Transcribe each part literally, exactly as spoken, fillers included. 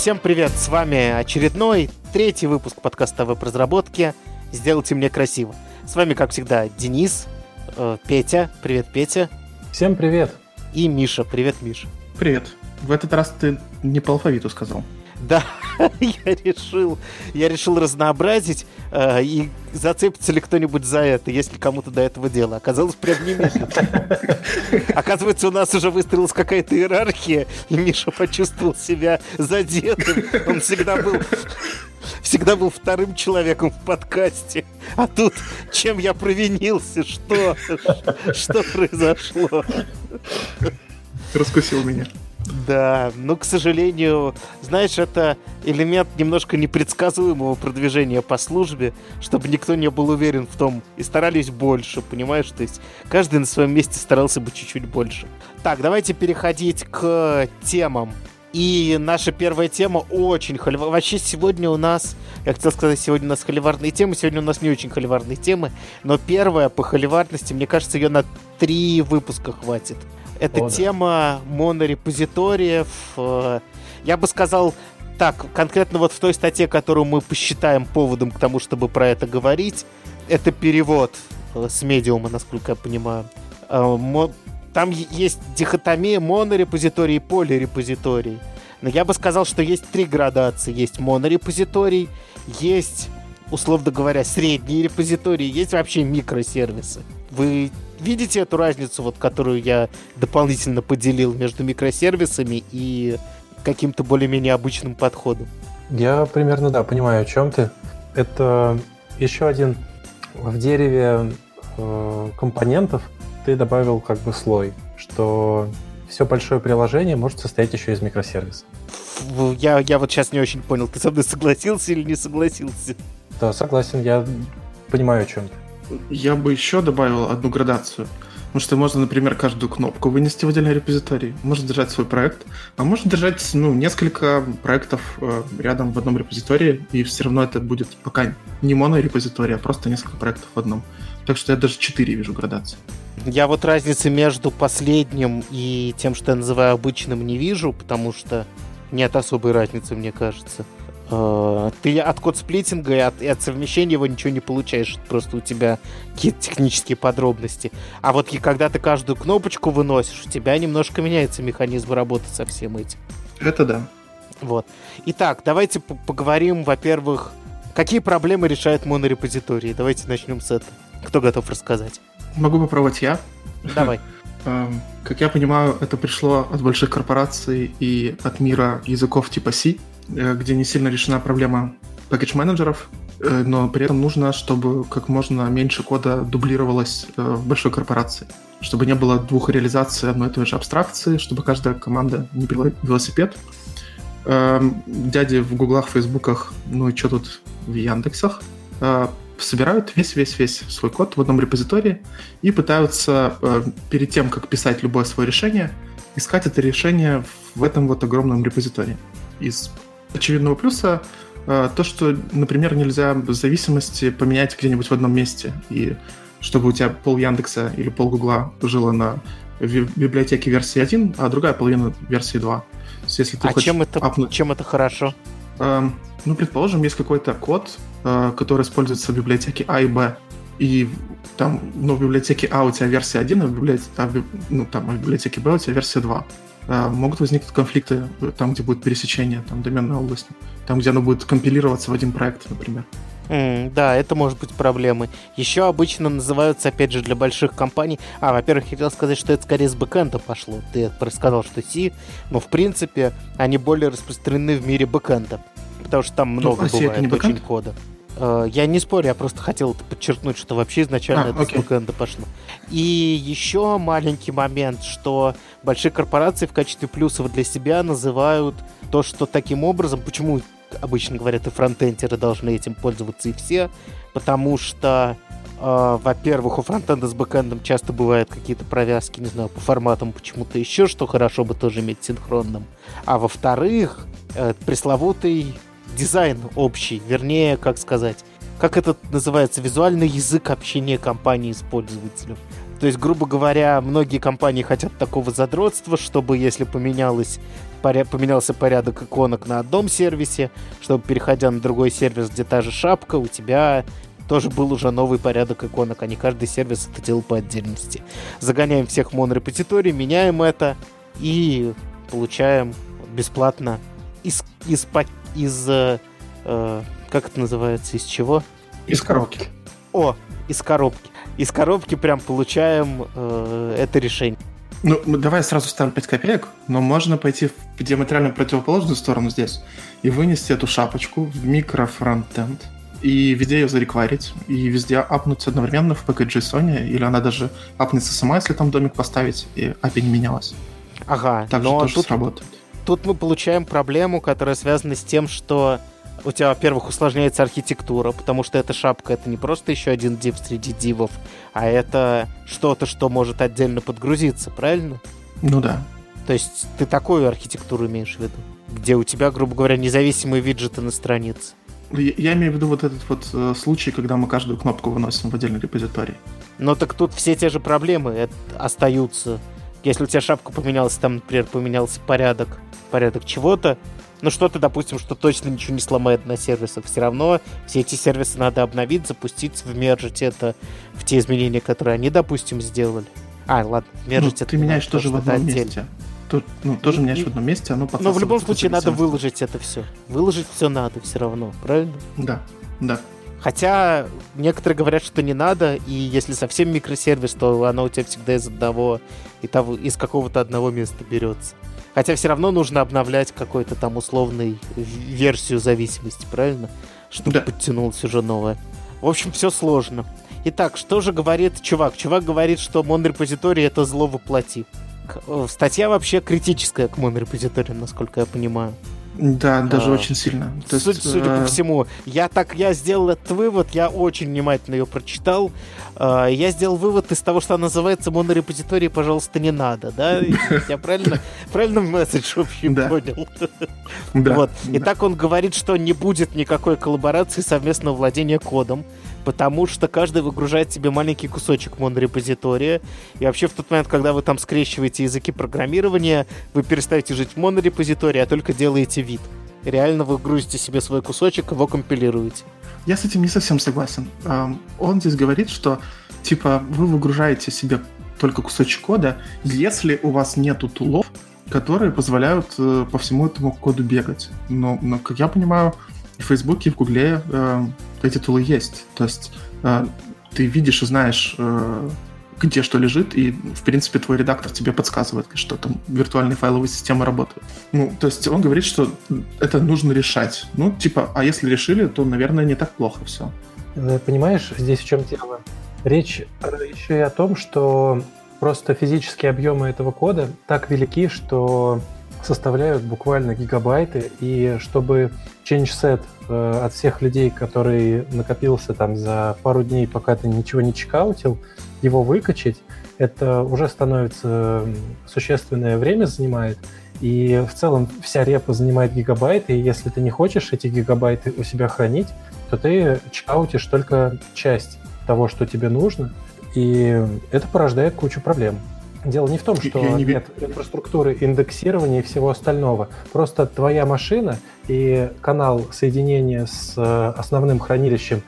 Всем привет, с вами очередной, третий выпуск подкаста о веб-разработке «Сделайте мне красиво». С вами, как всегда, Денис, э, Петя, привет, Петя. Всем привет. И Миша, привет, Миша. Привет. В этот раз ты не по алфавиту сказал. Да, я решил, я решил разнообразить, э, и зацепится ли кто-нибудь за это, если кому-то до этого дело. Оказалось, прям не Миша. Оказывается, у нас уже выстроилась какая-то иерархия, и Миша почувствовал себя задетым. Он всегда был, всегда был вторым человеком в подкасте. А тут чем я провинился? Что? Что произошло? Раскусил меня. Да, ну, к сожалению, знаешь, это элемент немножко непредсказуемого продвижения по службе, чтобы никто не был уверен в том, и старались больше, понимаешь? То есть каждый на своем месте старался бы чуть-чуть больше. Так, давайте переходить к темам. И наша первая тема очень холиварная. Вообще сегодня у нас, я хотел сказать, сегодня у нас холиварные темы, сегодня у нас не очень холиварные темы, но первая по холиварности, мне кажется, ее на три выпуска хватит. Это О, тема да. монорепозиториев. Я бы сказал так, конкретно вот в той статье, которую мы посчитаем поводом к тому, чтобы про это говорить, это перевод с медиума, насколько я понимаю. Там есть дихотомия монорепозиторий и полирепозиторий. Но я бы сказал, что есть три градации. Есть монорепозиторий, есть, условно говоря, средние репозитории, есть вообще микросервисы. Вы видите эту разницу, вот, которую я дополнительно поделил между микросервисами и каким-то более-менее обычным подходом? Я примерно, да, понимаю, о чем ты. Это еще один в дереве э, компонентов ты добавил как бы слой, что все большое приложение может состоять еще из микросервиса. Я, я вот сейчас не очень понял, ты со мной согласился или не согласился? Да, согласен, я понимаю, о чем ты. Я бы еще добавил одну градацию. Потому что можно, например, каждую кнопку вынести в отдельный репозиторий. Можно держать свой проект, а можно держать ну, несколько проектов э, рядом в одном репозитории, и все равно это будет пока не монорепозиторий, а просто несколько проектов в одном. Так что я даже четыре вижу градации. Я вот разницы между последним и тем, что я называю обычным, не вижу, потому что нет особой разницы, мне кажется. Ты от код-сплитинга и от, и от совмещения его ничего не получаешь. Просто у тебя какие-то технические подробности. А вот и когда ты каждую кнопочку выносишь, у тебя немножко меняется механизм работы со всем этим. Это да. Вот. Итак, давайте поговорим, во-первых, какие проблемы решает монорепозиторий. Давайте начнем с этого. Кто готов рассказать? Могу попробовать я. Давай. Как я понимаю, это пришло от больших корпораций и от мира языков типа C, где не сильно решена проблема пакетж-менеджеров, но при этом нужно, чтобы как можно меньше кода дублировалось в большой корпорации, чтобы не было двух реализаций одной и той же абстракции, чтобы каждая команда не пила велосипед. Дяди в гуглах, фейсбуках, ну и что тут в Яндексах, собирают весь-весь-весь свой код в одном репозитории и пытаются перед тем, как писать любое свое решение, искать это решение в этом вот огромном репозитории. Из очевидного плюса то, что, например, нельзя зависимости поменять где-нибудь в одном месте, и чтобы у тебя пол Яндекса или пол Гугла жило на библиотеке версии один, а другая половина версии два. То есть, если ты а чем это, апнуть... чем это хорошо? Э, ну, предположим, есть какой-то код, э, который используется в библиотеке А и Б, и там, ну, в библиотеке А у тебя версия один, а в библиотеке, а в, ну, там, а в библиотеке Б у тебя версия два. Могут возникнуть конфликты там, где будет пересечение, там, доменной области, там, где оно будет компилироваться в один проект, например. Mm, да, это может быть проблемой. Еще обычно называются, опять же, для больших компаний... А, во-первых, хотел сказать, что это скорее с бэкэнда пошло. Ты рассказал, что C, но, в принципе, они более распространены в мире бэкэнда, потому что там много ну, а бывает очень кода. Я не спорю, я просто хотел подчеркнуть, что вообще изначально а, это окей. с бэкэнда пошло. И еще маленький момент, что большие корпорации в качестве плюсов для себя называют то, что таким образом, почему обычно говорят и фронтендеры должны этим пользоваться и все, потому что, э, во-первых, у фронтенда с бэкэндом часто бывают какие-то провязки, не знаю, по форматам почему-то еще, что хорошо бы тоже иметь синхронным. А во-вторых, э, пресловутый дизайн общий, вернее, как сказать, как это называется, визуальный язык общения компании с пользователем. То есть, грубо говоря, многие компании хотят такого задротства, чтобы если поменялось, поря- поменялся порядок иконок на одном сервисе, чтобы, переходя на другой сервис, где та же шапка, у тебя тоже был уже новый порядок иконок, а не каждый сервис это делал по отдельности. Загоняем всех в монорепозиторий, меняем это и получаем бесплатно из... из, из э, э, как это называется? Из чего? Из коробки. О, из коробки. Из коробки прям получаем э, это решение. Ну, давай сразу ставим пять копеек, но можно пойти в диаметрально противоположную сторону здесь и вынести эту шапочку в микрофронтенд и везде ее зарекварить, и везде апнуть одновременно в пи кей джей-соне, или она даже апнется сама, если там домик поставить, и эй пи ай не менялась. Ага, так но тоже тут, сработает. Тут мы получаем проблему, которая связана с тем, что у тебя, во-первых, усложняется архитектура, потому что эта шапка — это не просто еще один div среди дивов, а это что-то, что может отдельно подгрузиться, правильно? Ну да. То есть ты такую архитектуру имеешь в виду, где у тебя, грубо говоря, независимые виджеты на странице? Я, я имею в виду вот этот вот э, случай, когда мы каждую кнопку выносим в отдельный репозиторий. Но так тут все те же проблемы это остаются. Если у тебя шапка поменялась, там, например, поменялся порядок, порядок чего-то, ну что-то, допустим, что точно ничего не сломает на сервисах, все равно все эти сервисы надо обновить, запустить, вмержить это в те изменения, которые они, допустим, сделали. А, ладно, вмержить ну, это. Ты меняешь тоже в одном отдельно. месте. Тут, ну, тоже меняешь в одном месте, оно Но в любом случае надо выложить это все. Выложить все надо все равно, правильно? Да, да. Хотя некоторые говорят, что не надо, и если совсем микросервис, то оно у тебя всегда из одного, и того, из какого-то одного места берется. Хотя все равно нужно обновлять какой-то там условный версию зависимости, правильно? Чтобы да. подтянулось уже новое. В общем, все сложно. Итак, что же говорит чувак? Чувак говорит, что монорепозиторий — это зло воплоти. Статья вообще критическая к монорепозиториям, насколько я понимаю. Да, даже а, очень сильно. То Судя, есть, судя э... по всему, я так я сделал этот вывод, я очень внимательно ее прочитал. Э, я сделал вывод из того, что она называется монорепозиторий, пожалуйста, не надо, да? Я правильно, правильно месседж, в общем, понял. Вот. И так он говорит, что не будет никакой коллаборации совместного владения кодом, потому что каждый выгружает себе маленький кусочек монорепозитория. И вообще в тот момент, когда вы там скрещиваете языки программирования, вы перестаете жить в монорепозитории, а только делаете вид. Реально вы грузите себе свой кусочек, его компилируете. Я с этим не совсем согласен. Он здесь говорит, что типа вы выгружаете себе только кусочек кода, если у вас нету тулов, которые позволяют по всему этому коду бегать. Но, но как я понимаю, в Фейсбуке и в Гугле э, эти тулы есть. То есть э, ты видишь и знаешь, э, где что лежит, и, в принципе, твой редактор тебе подсказывает, что там виртуальные файловые системы работают. Ну, то есть он говорит, что это нужно решать. Ну, типа, а если решили, то, наверное, не так плохо все. Понимаешь, здесь в чем дело? Речь еще и о том, что просто физические объемы этого кода так велики, что составляют буквально гигабайты, и чтобы change-set э, от всех людей, который накопился там за пару дней, пока ты ничего не чекаутил, его выкачать, это уже становится существенное время занимает, и в целом вся репа занимает гигабайты, и если ты не хочешь эти гигабайты у себя хранить, то ты чекаутишь только часть того, что тебе нужно, и это порождает кучу проблем. Дело не в том, что не нет инфраструктуры индексирования и всего остального. Просто твоя машина и канал соединения с основным хранилищем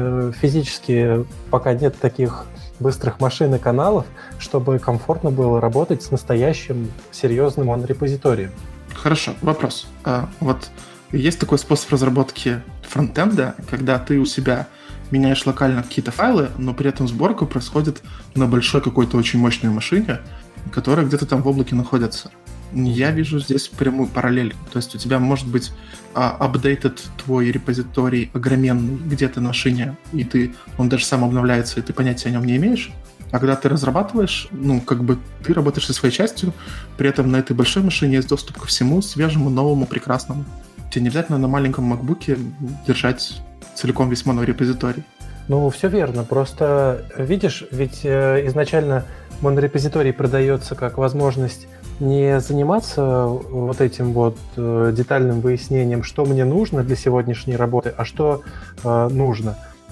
физически пока нет таких быстрых машин и каналов, чтобы комфортно было работать с настоящим серьезным монорепозиторием. Хорошо, вопрос. А, вот есть такой способ разработки фронтенда, когда ты у себя меняешь локально какие-то файлы, но при этом сборка происходит на большой какой-то очень мощной машине, которая где-то там в облаке находится. Я вижу здесь прямую параллель. То есть у тебя может быть апдейтед uh, твой репозиторий огроменный где-то на машине, и ты, он даже сам обновляется, и ты понятия о нем не имеешь. А когда ты разрабатываешь, ну, как бы ты работаешь со своей частью, при этом на этой большой машине есть доступ ко всему свежему, новому, прекрасному. Тебе не обязательно на маленьком MacBook'е держать целиком весь монорепозиторий. Ну, все верно. Просто, видишь, ведь э, изначально монорепозиторий продается как возможность не заниматься вот этим вот э, детальным выяснением, что мне нужно для сегодняшней работы, а что э, нужно.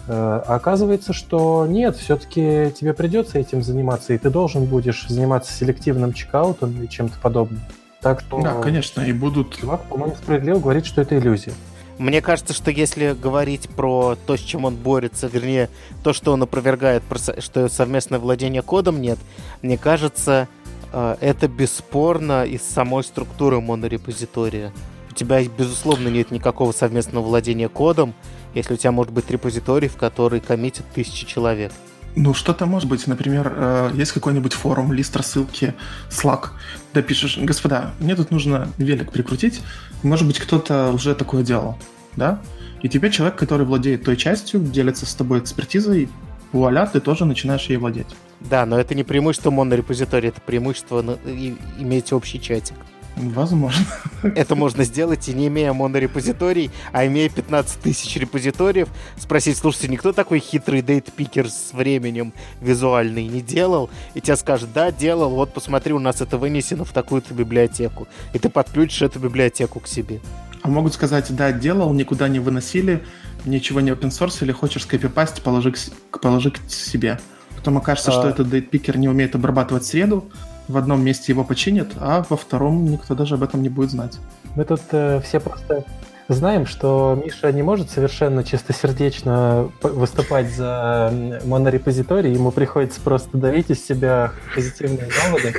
А оказывается, что нет, все-таки тебе придется этим заниматься, и ты должен будешь заниматься селективным чекаутом и чем-то подобным. Так что... Да, конечно, и будут... Чувак, по-моему, справедливо говорит, что это иллюзия. Мне кажется, что если говорить про то, с чем он борется, вернее, то, что он опровергает, что совместное владение кодом нет, мне кажется, это бесспорно из самой структуры монорепозитория. У тебя, безусловно, нет никакого совместного владения кодом, если у тебя может быть репозиторий, в который коммитят тысячи человек. Ну, что-то может быть. Например, есть какой-нибудь форум, лист рассылки, Slack. Ты пишешь: господа, мне тут нужно велик прикрутить. Может быть, кто-то уже такое делал, да? И тебе человек, который владеет той частью, делится с тобой экспертизой, вуаля, ты тоже начинаешь ей владеть. Да, но это не преимущество монорепозитория, это преимущество иметь общий чатик. Возможно. Это можно сделать и не имея монорепозиторий, а имея пятнадцать тысяч репозиториев, спросить: слушайте, никто такой хитрый дейтпикер с временем визуальный не делал? И тебе скажут: да, делал, вот посмотри, у нас это вынесено в такую-то библиотеку. И ты подключишь эту библиотеку к себе. А могут сказать: да, делал, никуда не выносили, ничего не опенсорсили, хочешь скопипасть, положи к, положи к себе. Потом окажется, а... что этот дейтпикер не умеет обрабатывать среду, в одном месте его починят, а во втором никто даже об этом не будет знать. Мы тут э, все просто знаем, что Миша не может совершенно чистосердечно выступать за монорепозиторий, ему приходится просто давить из себя позитивные доводы,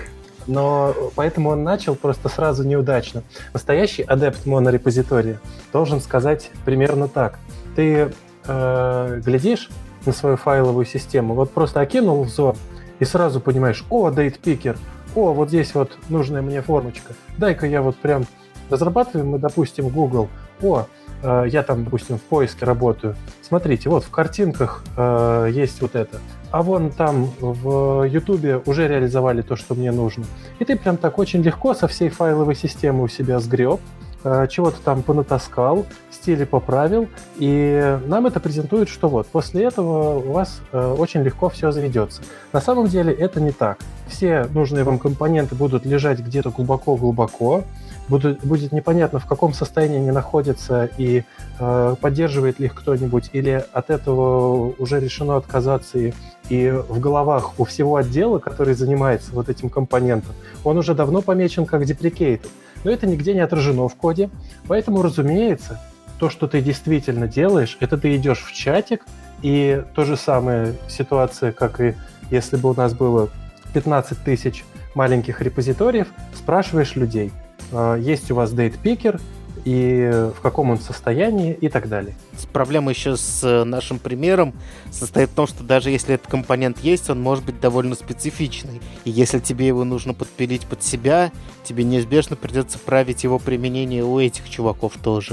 но поэтому он начал просто сразу неудачно. Настоящий адепт монорепозитория должен сказать примерно так. Ты э, глядишь на свою файловую систему, вот просто окинул взор и сразу понимаешь: о, дейтпикер, о, вот здесь вот нужная мне формочка. Дай-ка я вот прям разрабатываем мы, допустим, Google. О, э, я там, допустим, в поиске работаю. Смотрите, вот в картинках э, есть вот это. А вон там в YouTube уже реализовали то, что мне нужно. И ты прям так очень легко со всей файловой системы у себя сгреб, э, чего-то там понатаскал, стили поправил, и нам это презентует, что вот после этого у вас э, очень легко все заведется. На самом деле это не так. Все нужные вам компоненты будут лежать где-то глубоко-глубоко, будут, будет непонятно, в каком состоянии они находятся и э, поддерживает ли их кто-нибудь, или от этого уже решено отказаться, и, и в головах у всего отдела, который занимается вот этим компонентом, он уже давно помечен как deprecated, но это нигде не отражено в коде, поэтому, разумеется, то, что ты действительно делаешь, это ты идешь в чатик, и то же самое ситуация, как и если бы у нас было пятнадцать тысяч маленьких репозиториев, спрашиваешь людей, есть у вас дейтпикер, и в каком он состоянии, и так далее. Проблема еще с нашим примером состоит в том, что даже если этот компонент есть, он может быть довольно специфичный. И если тебе его нужно подпилить под себя, тебе неизбежно придется править его применение у этих чуваков тоже.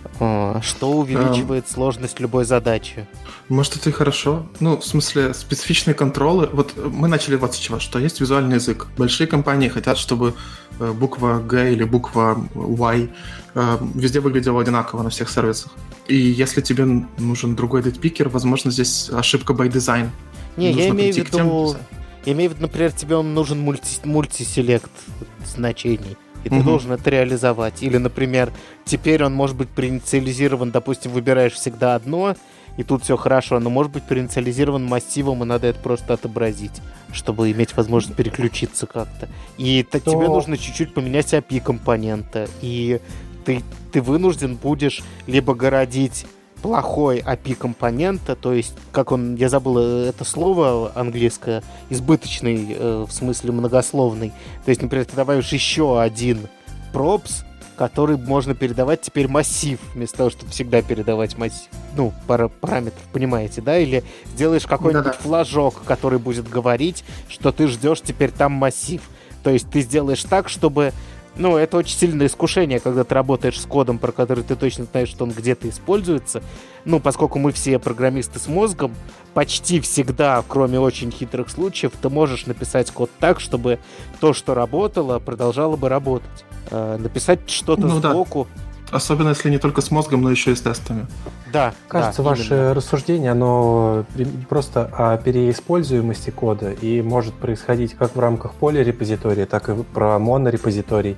Что увеличивает а, сложность любой задачи. Может, это и хорошо. Ну, в смысле, специфичные контролы. Вот мы начали вот с чего, что есть визуальный язык. Большие компании хотят, чтобы буква G или буква Y везде выглядела одинаково на всех сервисах. И если тебе нужен другой дейтпикер, возможно, здесь ошибка by design. Не, я имею в виду... Я имею в виду, например, тебе он нужен мульти, мультиселект значений. И ты угу. должен это реализовать. Или, например, теперь он может быть преинициализирован, допустим, выбираешь всегда одно, и тут все хорошо, но может быть преинициализирован массивом, и надо это просто отобразить, чтобы иметь возможность переключиться как-то. И то... тебе нужно чуть-чуть поменять эй пи ай-компонента, и ты, ты вынужден будешь либо городить плохой эй пи ай-компонента, то есть, как он, я забыл это слово английское, избыточный, э, в смысле многословный. То есть, например, ты добавишь еще один пропс, который можно передавать теперь массив, вместо того, чтобы всегда передавать массив. Ну, пара параметров, понимаете, да? Или сделаешь какой-нибудь Да-да. флажок, который будет говорить, что ты ждешь теперь там массив. То есть, ты сделаешь так, чтобы... Ну, это очень сильное искушение, когда ты работаешь с кодом, про который ты точно знаешь, что он где-то используется. Ну, поскольку мы все программисты с мозгом, почти всегда, кроме очень хитрых случаев, ты можешь написать код так, чтобы то, что работало, продолжало бы работать. Э, написать что-то ну, сбоку. Да. Особенно, если не только с мозгом, но еще и с тестами. Да. Кажется, да, ваше именно. рассуждение, оно просто о переиспользуемости кода и может происходить как в рамках полирепозитория, так и про монорепозиторий.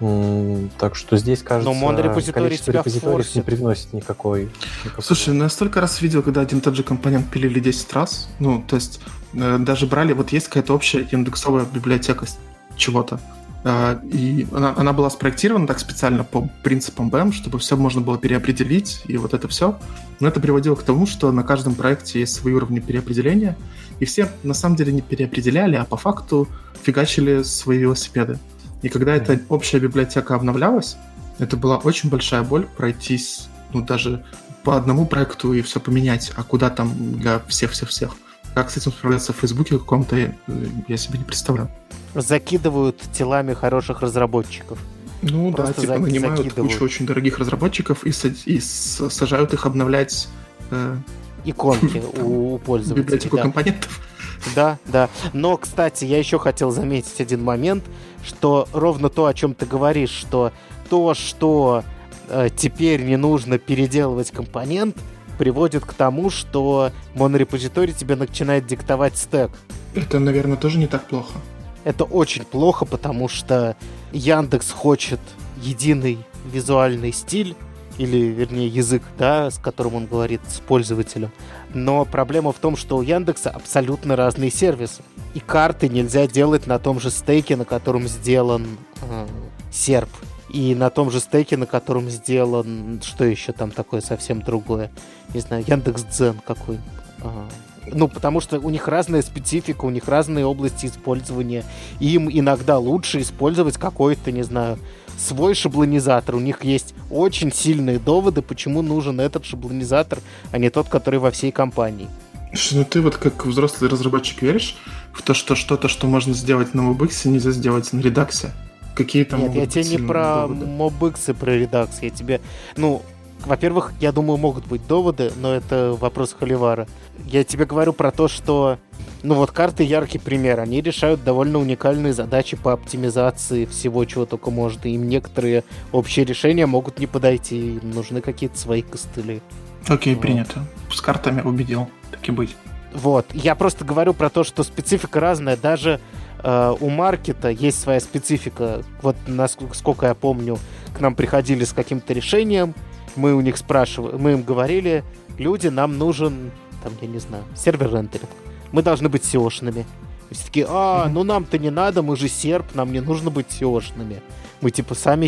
Так что здесь, кажется, количество репозиториев не привносит никакой, никакой... Слушай, ну я столько раз видел, когда один и тот же компонент пилили десять раз. Ну, то есть э, даже брали... Вот есть какая-то общая индексовая библиотека чего-то. Э, и она, она была спроектирована так специально по принципам би и эм, чтобы все можно было переопределить, и вот это все. Но это приводило к тому, что на каждом проекте есть свои уровни переопределения, и все на самом деле не переопределяли, а по факту фигачили свои велосипеды. И когда эта общая библиотека обновлялась, это была очень большая боль пройтись, ну, даже по одному проекту и все поменять, а куда там для всех-всех-всех. Как с этим справляться в Фейсбуке каком-то, я, я себе не представляю. Закидывают телами хороших разработчиков. Ну Просто да, типа за- нанимают закидывают. кучу очень дорогих разработчиков и, сад- и с- сажают их обновлять э, Иконки у, у пользователей. библиотеку Да. компонентов. Да, да. Но, кстати, я еще хотел заметить один момент, что ровно то, о чем ты говоришь, что то, что э, теперь не нужно переделывать компонент, приводит к тому, что монорепозиторий тебе начинает диктовать стэк. Это, наверное, тоже не так плохо. Это очень плохо, потому что Яндекс хочет единый визуальный стиль, или, вернее, язык, да, с которым он говорит с пользователем. Но проблема в том, что у Яндекса абсолютно разные сервисы. И карты нельзя делать на том же стеке, на котором сделан э, серп. И на том же стеке, на котором сделан... Что еще там такое совсем другое? Не знаю, Яндекс.Дзен какой-нибудь. Ага. Ну, потому что у них разная специфика, у них разные области использования. И им иногда лучше использовать какой-то, не знаю, свой шаблонизатор. У них есть очень сильные доводы, почему нужен этот шаблонизатор, а не тот, который во всей компании. Слушай, ну ты вот как взрослый разработчик веришь в то, что что-то, что можно сделать на Mobix, нельзя сделать на Redux? Какие там Нет, я тебе не про доводы? Mobix и про Redux. Я тебе... Ну, во-первых, я думаю, могут быть доводы, но это вопрос холивара. Я тебе говорю про то, что... Ну вот карты яркий пример. Они решают довольно уникальные задачи по оптимизации всего, чего только можно. Им некоторые общие решения могут не подойти. Им нужны какие-то свои костыли. Окей, Вот. принято. С картами убедил. Так и быть. Вот. Я просто говорю про то, что специфика разная. Даже э, у маркета есть своя специфика. Вот насколько я помню, к нам приходили с каким-то решением. Мы у них спрашивали, мы им говорили, люди, нам нужен, там, я не знаю, сервер-рендеринг. Мы должны быть сеошными. И все такие, а, ну нам-то не надо, мы же серп, нам не нужно быть сеошными. Мы типа сами,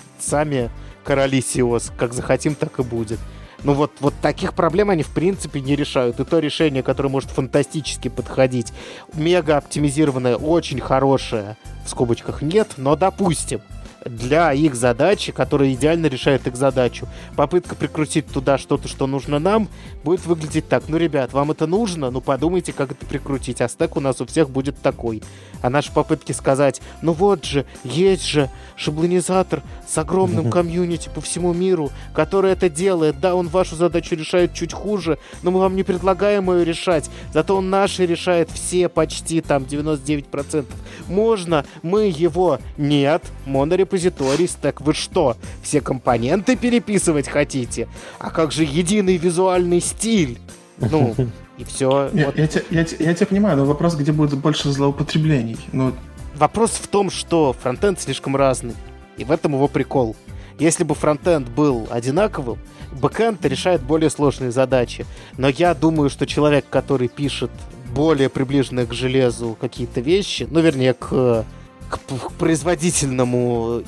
сами короли сеос, как захотим, так и будет. Ну вот, вот таких проблем они в принципе не решают. И то решение, которое может фантастически подходить, мега оптимизированное, очень хорошее, в скобочках нет, но допустим, для их задачи, которая идеально решает их задачу, попытка прикрутить туда что-то, что нужно нам, будет выглядеть так. Ну, ребят, вам это нужно? Ну, подумайте, как это прикрутить. А стек у нас у всех будет такой. А наши попытки сказать, ну вот же, есть же шаблонизатор с огромным комьюнити по всему миру, который это делает. Да, он вашу задачу решает чуть хуже, но мы вам не предлагаем ее решать. Зато он наши решает все почти, там, девяносто девять процентов. Можно, мы его... Нет, монорепозиторий, стек, вы что, все компоненты переписывать хотите? А как же единый визуальный стиль? Ну, и все. Я, Вот. я, те- я, те- я тебя понимаю, но вопрос, где будет больше злоупотреблений. Ну, Вопрос в том, что фронтенд слишком разный. И в этом его прикол. Если бы фронтенд был одинаковым, бэкэнд решает более сложные задачи. Но я думаю, что человек, который пишет более приближенные к железу какие-то вещи, ну, вернее, к, к, к производительному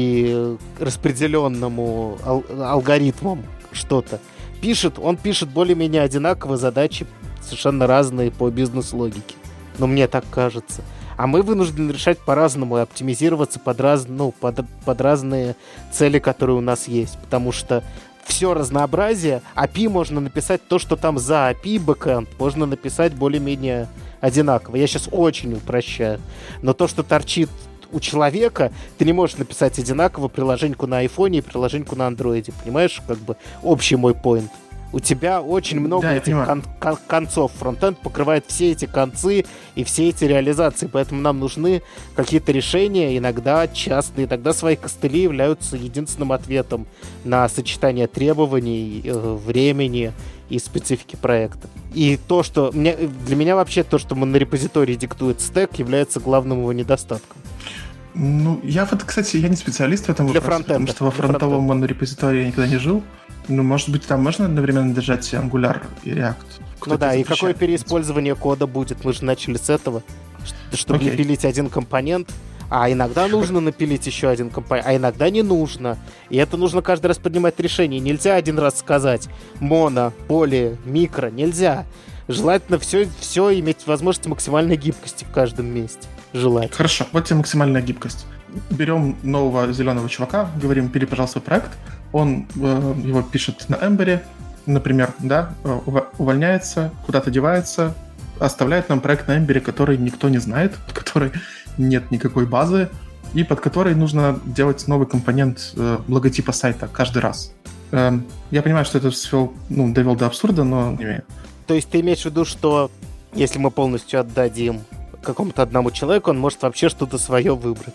и распределенному ал- алгоритмам что-то, пишет, он пишет более-менее одинаковые задачи, совершенно разные по бизнес-логике. Но мне так кажется. А мы вынуждены решать по-разному и оптимизироваться под, раз, ну, под, под разные цели, которые у нас есть. Потому что все разнообразие, эй пи ай можно написать то, что там за эй пи ай бэкэнд, можно написать более-менее одинаково. Я сейчас очень упрощаю. Но то, что торчит у человека, ты не можешь написать одинаково приложеньку на айфоне и приложеньку на андроиде. Понимаешь, как бы общий мой поинт. У тебя очень много Да, я этих кон- кон- концов. Фронтенд покрывает все эти концы и все эти реализации. Поэтому нам нужны какие-то решения, иногда частные, иногда свои костыли являются единственным ответом на сочетание требований, э, времени и специфики проекта. И то, что... Мне, для меня вообще то, что монорепозиторий диктует стек, является главным его недостатком. Ну, я вот, кстати, я не специалист в этом Для вопросе, потому что во фронтовом монорепозитории я никогда не жил. Ну, может быть, там можно одновременно держать Angular и React? Кто-то ну да, и запрещает. какое переиспользование кода будет? Мы же начали с этого, чтобы Окей. не пилить один компонент. А иногда нужно напилить еще один компонент, а иногда не нужно. И это нужно каждый раз принимать решение. Нельзя один раз сказать моно, поле, микро. Нельзя. Желательно все, все иметь возможность максимальной гибкости в каждом месте. Желательно. Хорошо, вот тебе максимальная гибкость. Берем нового зеленого чувака, говорим, пили, пожалуйста, проект. Он э, его пишет на Ember, например, да, э, увольняется, куда-то девается, оставляет нам проект на Ember, который никто не знает, под который нет никакой базы, и под который нужно делать новый компонент э, логотипа сайта каждый раз. Э, я понимаю, что это все ну, довел до абсурда, но не имею. То есть ты имеешь в виду, что если мы полностью отдадим какому-то одному человеку, он может вообще что-то свое выбрать?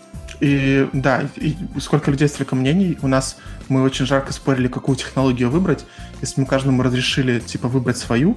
И да, и сколько людей, столько мнений. У нас мы очень жарко спорили, какую технологию выбрать. Если мы каждому разрешили типа выбрать свою,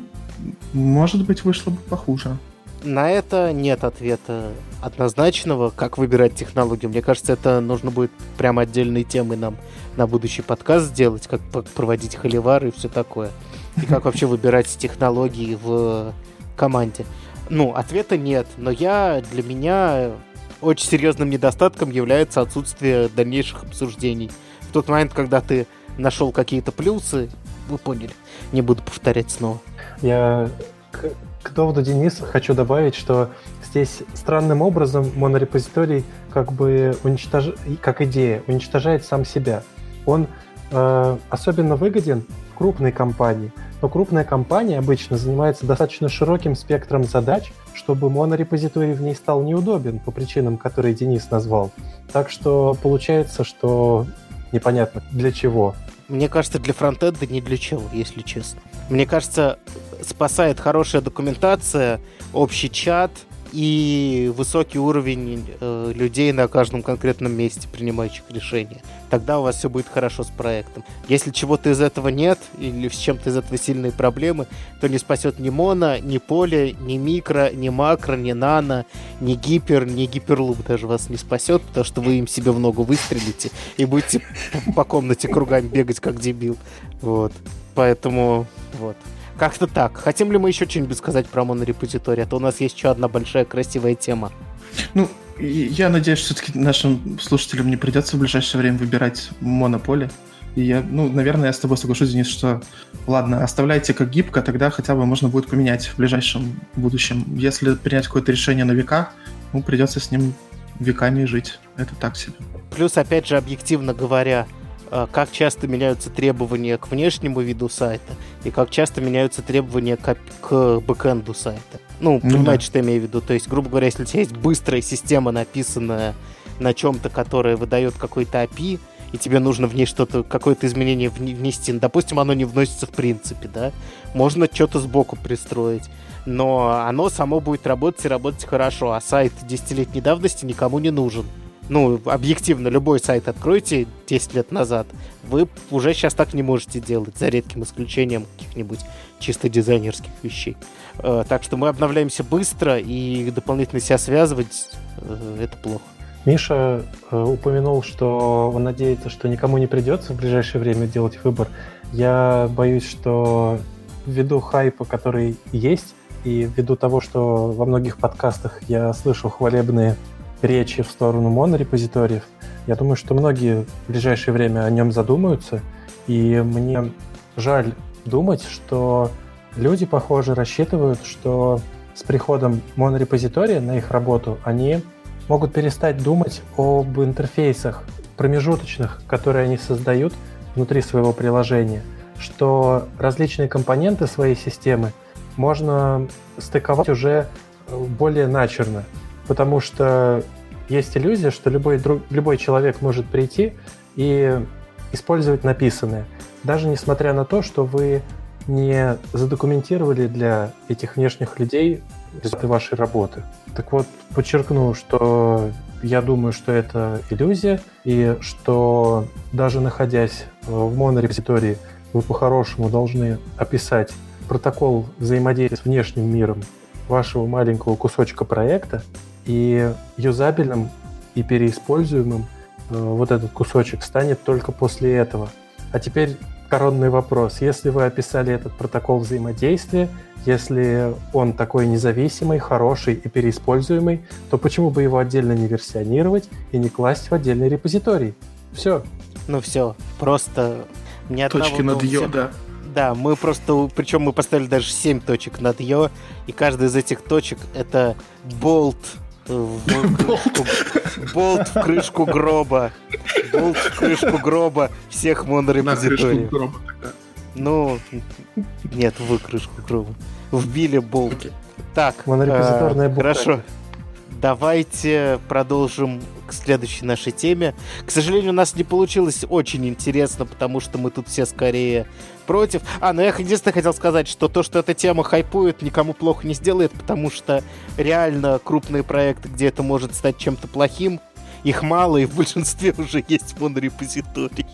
может быть, вышло бы похуже. На это нет ответа однозначного, как выбирать технологию. Мне кажется, это нужно будет прямо отдельной темой нам на будущий подкаст сделать, как проводить холивары и все такое. И как вообще выбирать технологии в команде. Ну, ответа нет, но я, для меня очень серьезным недостатком является отсутствие дальнейших обсуждений. В тот момент, когда ты нашел какие-то плюсы, вы поняли, не буду повторять снова. Я к, к доводу Дениса хочу добавить, что здесь странным образом монорепозиторий как бы уничтож... как идея уничтожает сам себя. Он э, особенно выгоден в крупной компании, но крупная компания обычно занимается достаточно широким спектром задач, чтобы монорепозиторий в ней стал неудобен по причинам, которые Денис назвал. Так что получается, что непонятно для чего. Мне кажется, для фронтенда не для чего, если честно. Мне кажется, спасает хорошая документация, общий чат и высокий уровень э, людей на каждом конкретном месте, принимающих решения. Тогда у вас все будет хорошо с проектом. Если чего-то из этого нет, или с чем-то из этого сильные проблемы, то не спасет ни моно, ни поле, ни микро, ни макро, ни нано, ни гипер, ни гиперлуп даже вас не спасет, потому что вы им себе в ногу выстрелите и будете по комнате кругами бегать, как дебил. Вот. Поэтому вот. Как-то так. Хотим ли мы еще что-нибудь сказать про монорепозиторий? А то у нас есть еще одна большая красивая тема. Ну, я надеюсь, что все-таки нашим слушателям не придется в ближайшее время выбирать монополе. И я, ну, наверное, я с тобой соглашусь, Денис, что ладно, оставляйте как гибко, тогда хотя бы можно будет поменять в ближайшем будущем. Если принять какое-то решение на века, ну, придется с ним веками жить. Это так себе. Плюс, опять же, объективно говоря, как часто меняются требования к внешнему виду сайта и как часто меняются требования к, к бэкэнду сайта. Ну, ну понимаете, да. что я имею в виду? То есть, грубо говоря, если у тебя есть быстрая система, написанная на чем-то, которая выдает какой-то эй пи ай, и тебе нужно в ней что-то, какое-то изменение внести, допустим, оно не вносится в принципе, да, можно что-то сбоку пристроить, но оно само будет работать и работать хорошо, а сайт десятилетней давности никому не нужен. Ну, объективно, любой сайт откройте десять лет назад, вы уже сейчас так не можете делать, за редким исключением каких-нибудь чисто дизайнерских вещей. Э, так что мы обновляемся быстро, и дополнительно себя связывать э, это плохо. Миша э, упомянул, что он надеется, что никому не придется в ближайшее время делать выбор. Я боюсь, что ввиду хайпа, который есть, и ввиду того, что во многих подкастах я слышал хвалебные речи в сторону монорепозиториев, я думаю, что многие в ближайшее время о нем задумаются, и мне жаль думать, что люди, похоже, рассчитывают, что с приходом монорепозитория на их работу они могут перестать думать об интерфейсах промежуточных, которые они создают внутри своего приложения, что различные компоненты своей системы можно стыковать уже более начерно, потому что есть иллюзия, что любой, друг, любой человек может прийти и использовать написанное, даже несмотря на то, что вы не задокументировали для этих внешних людей результаты вашей работы. Так вот, подчеркну, что я думаю, что это иллюзия, и что даже находясь в монорепозитории, вы по-хорошему должны описать протокол взаимодействия с внешним миром вашего маленького кусочка проекта, и юзабельным и переиспользуемым, вот этот кусочек станет только после этого. А теперь коронный вопрос. Если вы описали этот протокол взаимодействия, если он такой независимый, хороший и переиспользуемый, то почему бы его отдельно не версионировать и не класть в отдельный репозиторий? Все. Ну все, просто... Ни Точки над ну, «ё», все... да. Да, мы просто... Причем мы поставили даже семь точек над «ё», и каждая из этих точек — это болт в крышку, болт в крышку гроба. Болт в крышку гроба всех монорепозиториев. Ну, нет, в крышку гроба. Вбили болт. Okay. Так, монорепозиторная э, хорошо. Давайте продолжим к следующей нашей теме. К сожалению, у нас не получилось очень интересно, потому что мы тут все скорее против. А, ну я единственное хотел сказать, что то, что эта тема хайпует, никому плохо не сделает, потому что реально крупные проекты, где это может стать чем-то плохим, их мало, и в большинстве уже есть монорепозиторий.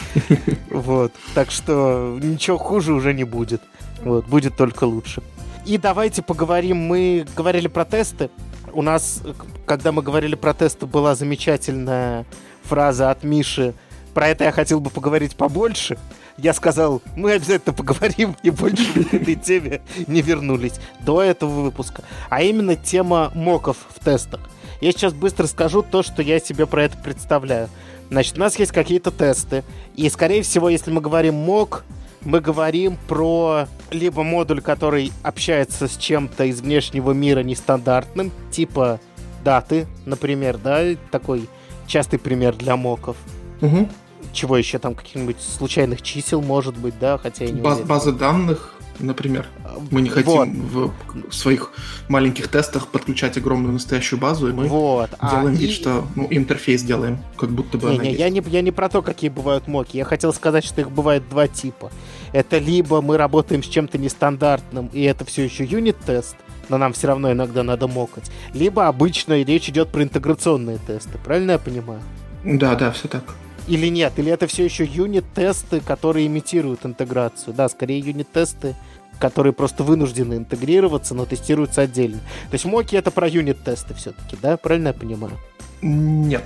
Вот. Так что ничего хуже уже не будет. Вот. Будет только лучше. И давайте поговорим. Мы говорили про тесты. У нас, когда мы говорили про тесты, была замечательная фраза от Миши. Про это я хотел бы поговорить побольше. Я сказал, мы обязательно поговорим, и больше к этой теме не вернулись до этого выпуска. А именно тема моков в тестах. Я сейчас быстро скажу то, что я себе про это представляю. Значит, у нас есть какие-то тесты. И, скорее всего, если мы говорим мок, мы говорим про либо модуль, который общается с чем-то из внешнего мира нестандартным, типа даты, например, да, такой частый пример для моков. Угу. Чего еще там, каких-нибудь случайных чисел, может быть, да, хотя я не Баз, уверен. Базы данных, например. Мы не хотим вот. в, в своих маленьких тестах подключать огромную настоящую базу, и мы вот. делаем а вид, и... что ну, интерфейс делаем, как будто бы не, она не, есть. Я не, я не про то, какие бывают моки. Я хотел сказать, что их бывает два типа. Это либо мы работаем с чем-то нестандартным, и это все еще юнит-тест, но нам все равно иногда надо мокать. Либо обычно речь идет про интеграционные тесты. Правильно я понимаю? Да, да, все так. Или нет? Или это все еще юнит-тесты, которые имитируют интеграцию? Да, скорее юнит-тесты, которые просто вынуждены интегрироваться, но тестируются отдельно. То есть моки — это про юнит-тесты все-таки, да? Правильно я понимаю? Нет.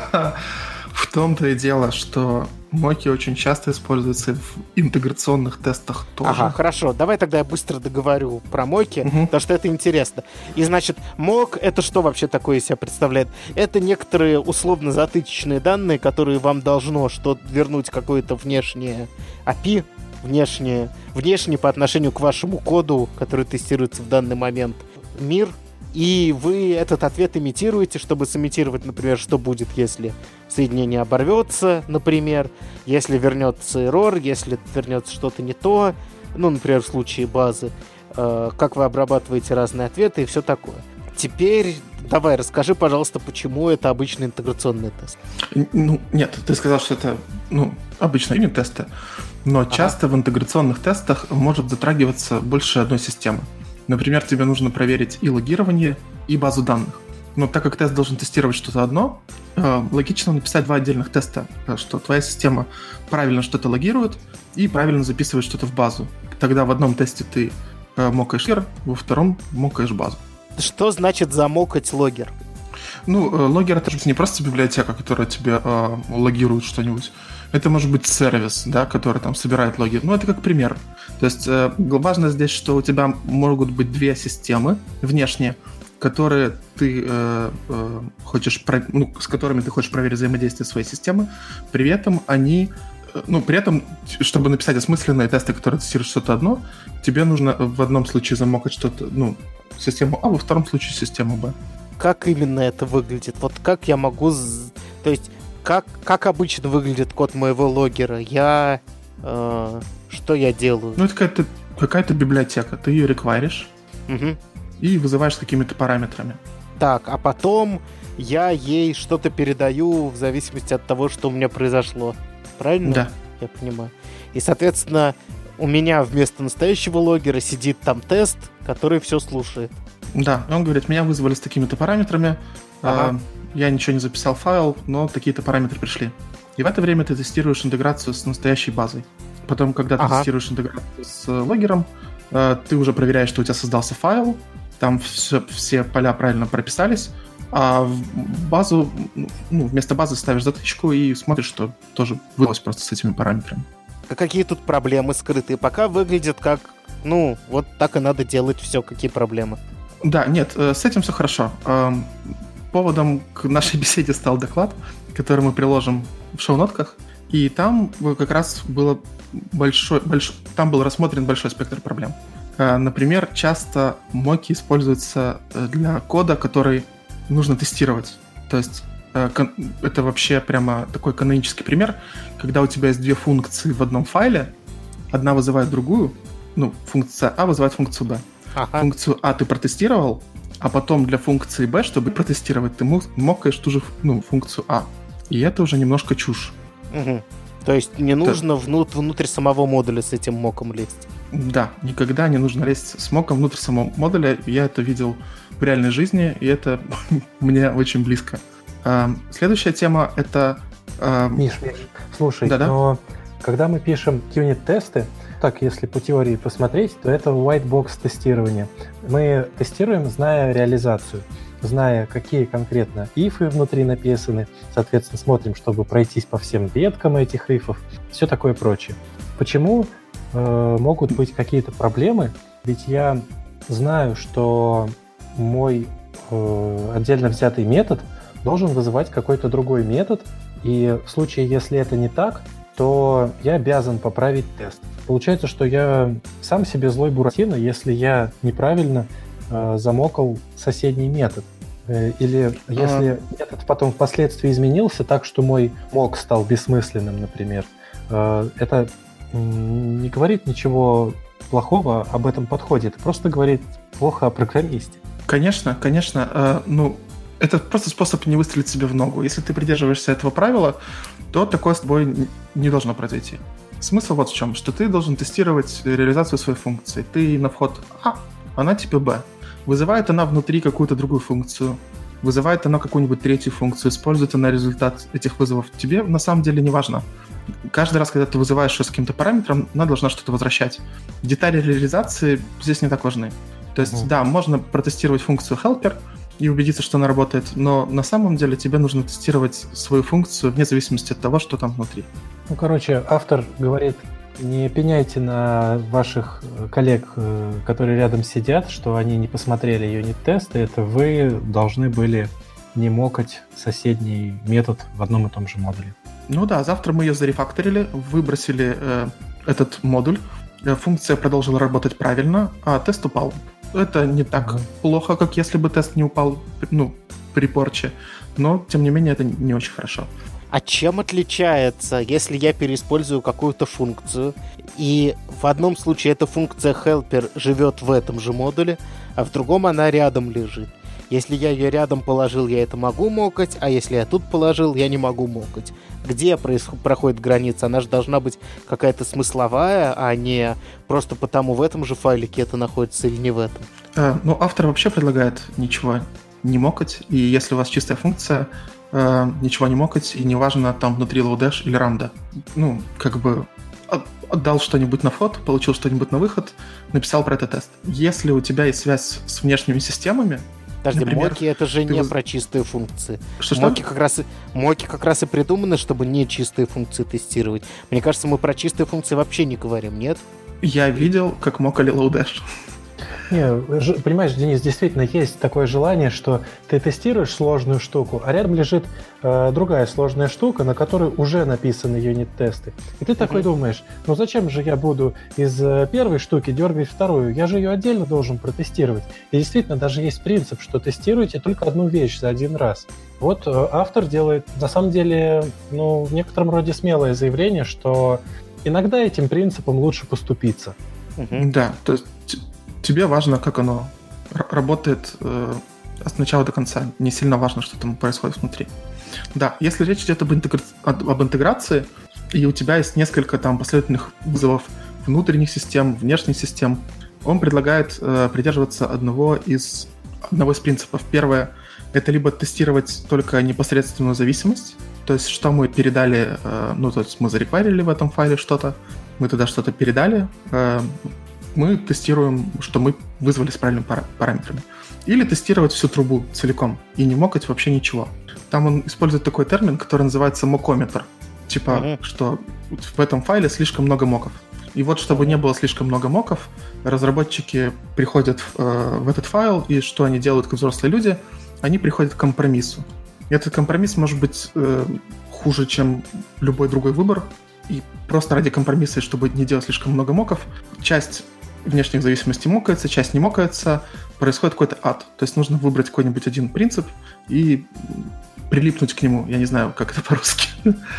В том-то и дело, что моки очень часто используются в интеграционных тестах тоже. Ага, хорошо. Давай тогда я быстро договорю про моки, угу. потому что это интересно. И, значит, мок — это что вообще такое из себя представляет? Это некоторые условно-затычечные данные, которые вам должно что вернуть какое-то внешнее эй пи ай, внешнее, внешне по отношению к вашему коду, который тестируется в данный момент, мир. И вы этот ответ имитируете, чтобы сымитировать, например, что будет, если соединение оборвется, например, если вернется error, если вернется что-то не то, ну, например, в случае базы, э, как вы обрабатываете разные ответы и все такое. Теперь давай, расскажи, пожалуйста, почему это обычный интеграционный тест. Ну, нет, ты сказал, что это ну, обычные юнит-тесты, но ага. часто в интеграционных тестах может затрагиваться больше одной системы. Например, тебе нужно проверить и логирование, и базу данных. Но так как тест должен тестировать что-то одно, э, логично написать два отдельных теста, что твоя система правильно что-то логирует и правильно записывает что-то в базу. Тогда в одном тесте ты э, мокаешь логер, во втором мокаешь базу. Что значит замокать логер? Ну, э, логер — это же не просто библиотека, которая тебе э, логирует что-нибудь. Это может быть сервис, да, который там собирает логи. Ну, это как пример. То есть э, важно здесь, что у тебя могут быть две системы внешние, которые ты э, э, хочешь, про... ну, с которыми ты хочешь проверить взаимодействие своей системы. При этом они, э, ну, при этом, чтобы написать осмысленные тесты, которые тестируют что-то одно, тебе нужно в одном случае замокать что-то, ну, систему А, во втором случае систему Б. Как именно это выглядит? Вот как я могу, то есть Как, как обычно выглядит код моего логера? Я... Э, что я делаю? Ну, это какая-то, какая-то библиотека. Ты ее реквайришь угу. и вызываешь с какими-то параметрами. Так, а потом я ей что-то передаю в зависимости от того, что у меня произошло. Правильно? Да. Я понимаю. И, соответственно, у меня вместо настоящего логера сидит там тест, который все слушает. Да, он говорит, меня вызвали с такими-то параметрами, ага. Я ничего не записал в файл, но такие-то параметры пришли. И в это время ты тестируешь интеграцию с настоящей базой. Потом, когда ты ага. тестируешь интеграцию с логером, ты уже проверяешь, что у тебя создался файл, там все, все поля правильно прописались, а в базу, ну, вместо базы ставишь затычку и смотришь, что тоже вылилось просто с этими параметрами. А какие тут проблемы скрытые? Пока выглядит как, ну, вот так и надо делать все. Какие проблемы? Да, нет, с этим все хорошо. Поводом к нашей беседе стал доклад, который мы приложим в шоу-нотках, и там как раз было большой, большой, там был рассмотрен большой спектр проблем. Например, часто моки используются для кода, который нужно тестировать. То есть это вообще прямо такой канонический пример, когда у тебя есть две функции в одном файле, одна вызывает другую, ну, функция А вызывает функцию Б. Ага. Функцию А ты протестировал, а потом для функции B, чтобы протестировать, ты мокаешь ту же, ну, функцию А. И это уже немножко чушь. Угу. То есть не нужно это... внутрь, внутрь самого модуля с этим моком лезть? Да, никогда не нужно лезть с моком внутрь самого модуля. Я это видел в реальной жизни, и это мне очень близко. А, следующая тема — это... А... Миш, Миш, слушай, Да-да? но когда мы пишем юнит-тесты, так, если по теории посмотреть, то это white box тестирование. Мы тестируем, зная реализацию, зная, какие конкретно ифы внутри написаны, соответственно, смотрим, чтобы пройтись по всем веткам этих ифов, все такое прочее. Почему э, могут быть какие-то проблемы? Ведь я знаю, что мой э, отдельно взятый метод должен вызывать какой-то другой метод, и в случае, если это не так, то я обязан поправить тест. Получается, что я сам себе злой Буратино, если я неправильно э, замокал соседний метод. Э, или если а... метод потом впоследствии изменился так, что мой мок стал бессмысленным, например. Э, это э, не говорит ничего плохого об этом подходе. Это просто говорит плохо о программисте. Конечно, конечно. Э, ну, это просто способ не выстрелить себе в ногу. Если ты придерживаешься этого правила, то такое с тобой не должно произойти. Смысл вот в чем, что ты должен тестировать реализацию своей функции. Ты на вход А, она типа Б. Вызывает она внутри какую-то другую функцию, вызывает она какую-нибудь третью функцию, использует она результат этих вызовов. Тебе на самом деле не важно. Каждый раз, когда ты вызываешь что-то с каким-то параметром, она должна что-то возвращать. Детали реализации здесь не так важны. То есть, mm-hmm. да, можно протестировать функцию helper и убедиться, что она работает, но на самом деле тебе нужно тестировать свою функцию вне зависимости от того, что там внутри. Ну, короче, автор говорит, не пеняйте на ваших коллег, которые рядом сидят, что они не посмотрели юнит-тесты, это вы должны были не мокать соседний метод в одном и том же модуле. Ну да, завтра мы ее зарефакторили, выбросили э, этот модуль, функция продолжила работать правильно, а тест упал. Это не так mm-hmm. плохо, как если бы тест не упал, ну, при порче, но, тем не менее, это не очень хорошо. А чем отличается, если я переиспользую какую-то функцию, и в одном случае эта функция helper живет в этом же модуле, а в другом она рядом лежит? Если я ее рядом положил, я это могу мокать, а если я тут положил, я не могу мокать. Где происход- проходит граница? Она же должна быть какая-то смысловая, а не просто потому, в этом же файлике это находится или не в этом. А, ну, автор вообще предлагает ничего не мокать, и если у вас чистая функция, э, ничего не мокать, и неважно, там внутри lodash или ramda. Ну, как бы отдал что-нибудь на вход, получил что-нибудь на выход, написал про это тест. Если у тебя есть связь с внешними системами, Подожди, например, моки — это же не воз... про чистые функции. Что, моки, что? Как раз и... моки как раз и придуманы, чтобы не чистые функции тестировать. Мне кажется, мы про чистые функции вообще не говорим, нет? Я видел, как мокали lodash. Не, понимаешь, Денис, действительно есть такое желание, что ты тестируешь сложную штуку, а рядом лежит э, другая сложная штука, на которой уже написаны юнит-тесты. И ты mm-hmm. такой думаешь, ну зачем же я буду из э, первой штуки дергать вторую? Я же ее отдельно должен протестировать. И действительно, даже есть принцип, что тестируйте только одну вещь за один раз. Вот э, автор делает, на самом деле, ну, в некотором роде смелое заявление, что иногда этим принципом лучше поступиться. Mm-hmm. Да, то есть тебе важно, как оно работает э, от начала до конца. Не сильно важно, что там происходит внутри. Да, если речь идет об, интегра... об интеграции, и у тебя есть несколько там последовательных вызовов внутренних систем, внешних систем, он предлагает э, придерживаться одного из, одного из принципов. Первое — это либо тестировать только непосредственную зависимость, то есть что мы передали, э, ну, то есть мы зареквайрили в этом файле что-то, мы туда что-то передали, э, мы тестируем, что мы вызвали с правильными пара- параметрами. Или тестировать всю трубу целиком и не мокать вообще ничего. Там он использует такой термин, который называется мокометр. Типа, uh-huh. что в этом файле слишком много моков. И вот, чтобы не было слишком много моков, разработчики приходят э, в этот файл, и что они делают, как взрослые люди, они приходят к компромиссу. И этот компромисс может быть э, хуже, чем любой другой выбор. И просто ради компромисса, чтобы не делать слишком много моков, часть внешних зависимостей мокается, часть не мокается, происходит какой-то ад. То есть нужно выбрать какой-нибудь один принцип и прилипнуть к нему. Я не знаю, как это по-русски.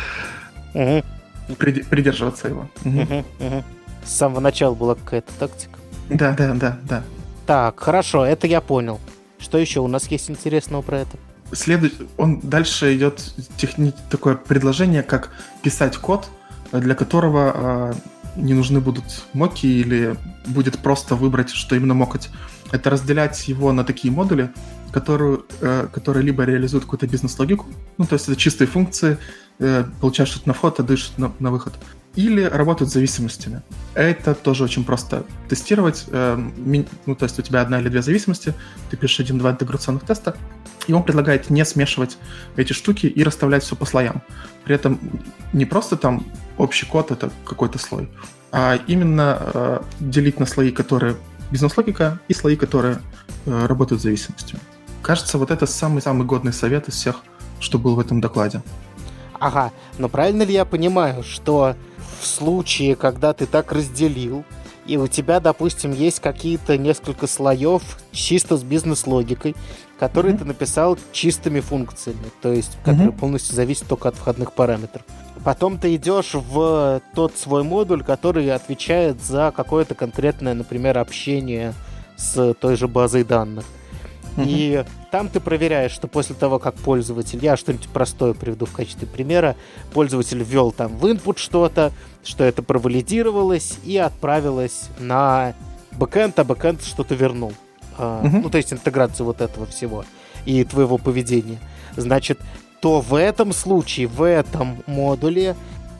Угу. Приди- придерживаться его. Угу. Угу, угу. С самого начала была какая-то тактика. Да, да, да, да. Так, хорошо, это я понял. Что еще у нас есть интересного про это? Следует, он дальше идет техни... такое предложение, как писать код, для которого э, не нужны будут моки или будет просто выбрать, что именно мокать. Это разделять его на такие модули, которые, э, которые либо реализуют какую-то бизнес-логику, ну, то есть это чистые функции, э, получаешь что-то на вход, отдаешь что-то на, на выход, или работают с зависимостями. Это тоже очень просто тестировать. Э, ми, ну, то есть у тебя одна или две зависимости, ты пишешь один-два интеграционных теста, и он предлагает не смешивать эти штуки и расставлять все по слоям. При этом не просто там общий код — это какой-то слой, а именно э, делить на слои, которые бизнес-логика, и слои, которые э, работают с зависимостями. Кажется, вот это самый-самый годный совет из всех, что был в этом докладе. Ага, но правильно ли я понимаю, что в случае, когда ты так разделил, и у тебя, допустим, есть какие-то несколько слоев чисто с бизнес-логикой, которые mm-hmm. ты написал чистыми функциями, то есть которые mm-hmm. полностью зависят только от входных параметров. Потом ты идешь в тот свой модуль, который отвечает за какое-то конкретное, например, общение с той же базой данных. Mm-hmm. И там ты проверяешь, что после того, как пользователь, я что-нибудь простое приведу в качестве примера, пользователь ввел там в input что-то, что это провалидировалось и отправилось на бэкэнд, а бэкэнд что-то вернул. Uh-huh. Ну, то есть интеграцию вот этого всего и твоего поведения. Значит, то в этом случае, в этом модуле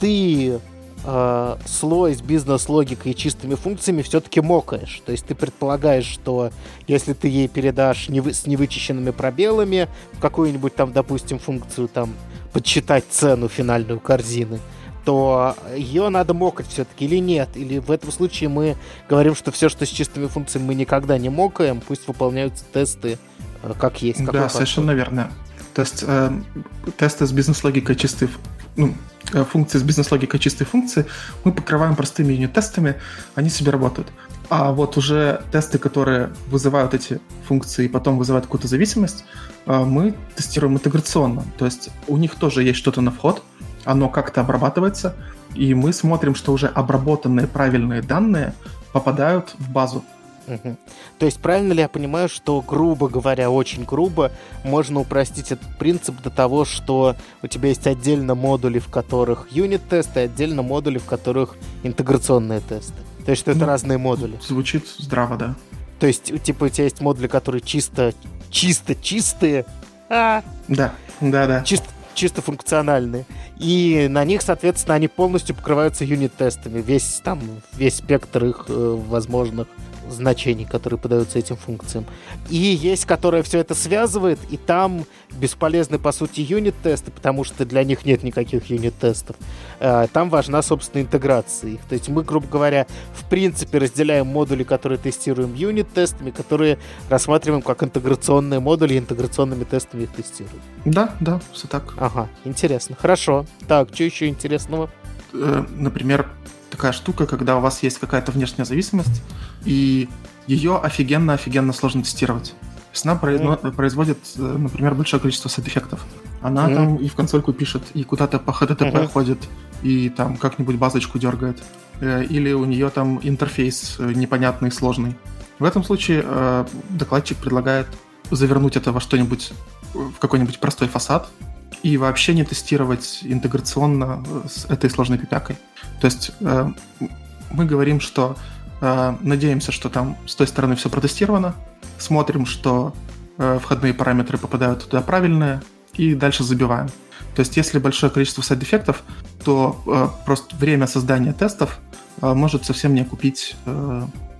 ты э, слой с бизнес-логикой и чистыми функциями все-таки мокаешь. То есть ты предполагаешь, что если ты ей передашь невы- с невычищенными пробелами в какую-нибудь там, допустим, функцию там подсчитать цену финальную корзины, то ее надо мокать все-таки или нет? Или в этом случае мы говорим, что все, что с чистыми функциями, мы никогда не мокаем, пусть выполняются тесты как есть. Да, подход? Совершенно верно. То есть э, тесты с бизнес-логикой чистой, ну, функции с бизнес-логикой чистой функции мы покрываем простыми юнит-тестами, они себе работают. А вот уже тесты, которые вызывают эти функции и потом вызывают какую-то зависимость, э, мы тестируем интеграционно. То есть у них тоже есть что-то на вход, оно как-то обрабатывается, и мы смотрим, что уже обработанные правильные данные попадают в базу. Угу. То есть правильно ли я понимаю, что, грубо говоря, очень грубо, можно упростить этот принцип до того, что у тебя есть отдельно модули, в которых юнит-тесты, и отдельно модули, в которых интеграционные тесты? То есть что это ну, разные модули? Звучит здраво, да. То есть типа у тебя есть модули, которые чисто, чисто чистые, а? Да, да, да. Чисто чисто функциональные. И на них, соответственно, они полностью покрываются юнит-тестами. Весь там, весь спектр их э, возможных значений, которые подаются этим функциям. И есть, которая все это связывает, и там бесполезны, по сути, юнит-тесты, потому что для них нет никаких юнит-тестов. Э, там важна, собственно, интеграция их. То есть мы, грубо говоря, в принципе разделяем модули, которые тестируем юнит-тестами, которые рассматриваем как интеграционные модули, и интеграционными тестами их тестируем. Да, да, все так. Ага, интересно. Хорошо. Так, что еще интересного? Э, например, такая штука, когда у вас есть какая-то внешняя зависимость, и ее офигенно-офигенно сложно тестировать. То есть она mm. производит, например, большое количество сайд-эффектов. Она mm. там и в консольку пишет, и куда-то по эйч ти ти пи mm-hmm. ходит, и там как-нибудь базочку дергает. Или у нее там интерфейс непонятный, сложный. В этом случае э, докладчик предлагает завернуть это во что-нибудь, в какой-нибудь простой фасад, и вообще не тестировать интеграционно с этой сложной пипякой. То есть э, мы говорим, что э, надеемся, что там с той стороны все протестировано, смотрим, что э, входные параметры попадают туда правильные, и дальше забиваем. То есть если большое количество сайд-эффектов, то э, просто время создания тестов э, может совсем не окупить э,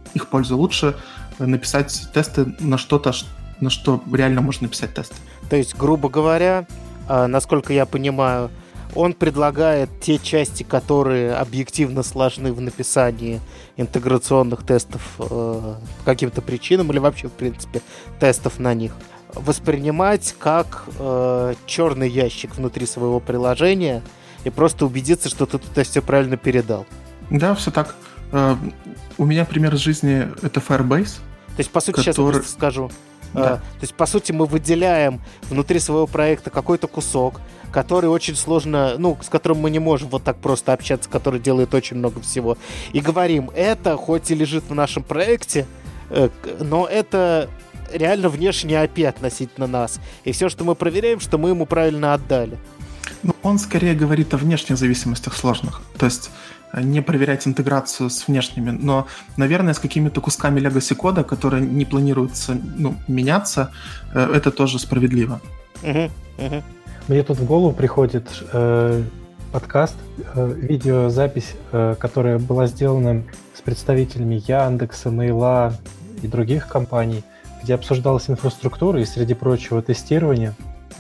их пользу. Лучше написать тесты на что-то, на что реально можно написать тесты. То есть, грубо говоря, насколько я понимаю, он предлагает те части, которые объективно сложны в написании интеграционных тестов по каким-то причинам или вообще, в принципе, тестов на них, воспринимать как э, черный ящик внутри своего приложения и просто убедиться, что ты тут все правильно передал. Да, все так. Э, у меня пример из жизни — это Firebase. То есть, по сути, который... сейчас скажу. Да. Э, то есть, по сути, мы выделяем внутри своего проекта какой-то кусок, который очень сложно, ну, с которым мы не можем вот так просто общаться, который делает очень много всего. И говорим, это хоть и лежит в нашем проекте, э, но это реально внешний эй пи ай относительно нас. И все, что мы проверяем, что мы ему правильно отдали. Ну, он скорее говорит о внешних зависимостях сложных. То есть не проверять интеграцию с внешними, но, наверное, с какими-то кусками legacy кода, которые не планируются, ну, меняться, э, это тоже справедливо. Угу, угу. Мне тут в голову приходит э, подкаст, э, видеозапись, э, которая была сделана с представителями Яндекса, Мейла и других компаний, где обсуждалась инфраструктура и, среди прочего, тестирование.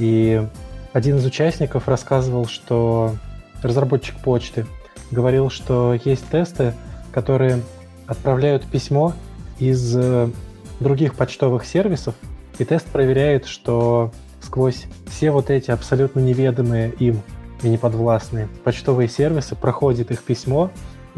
И один из участников рассказывал, что разработчик почты говорил, что есть тесты, которые отправляют письмо из э, других почтовых сервисов, и тест проверяет, что сквозь все вот эти абсолютно неведомые им и неподвластные почтовые сервисы проходит их письмо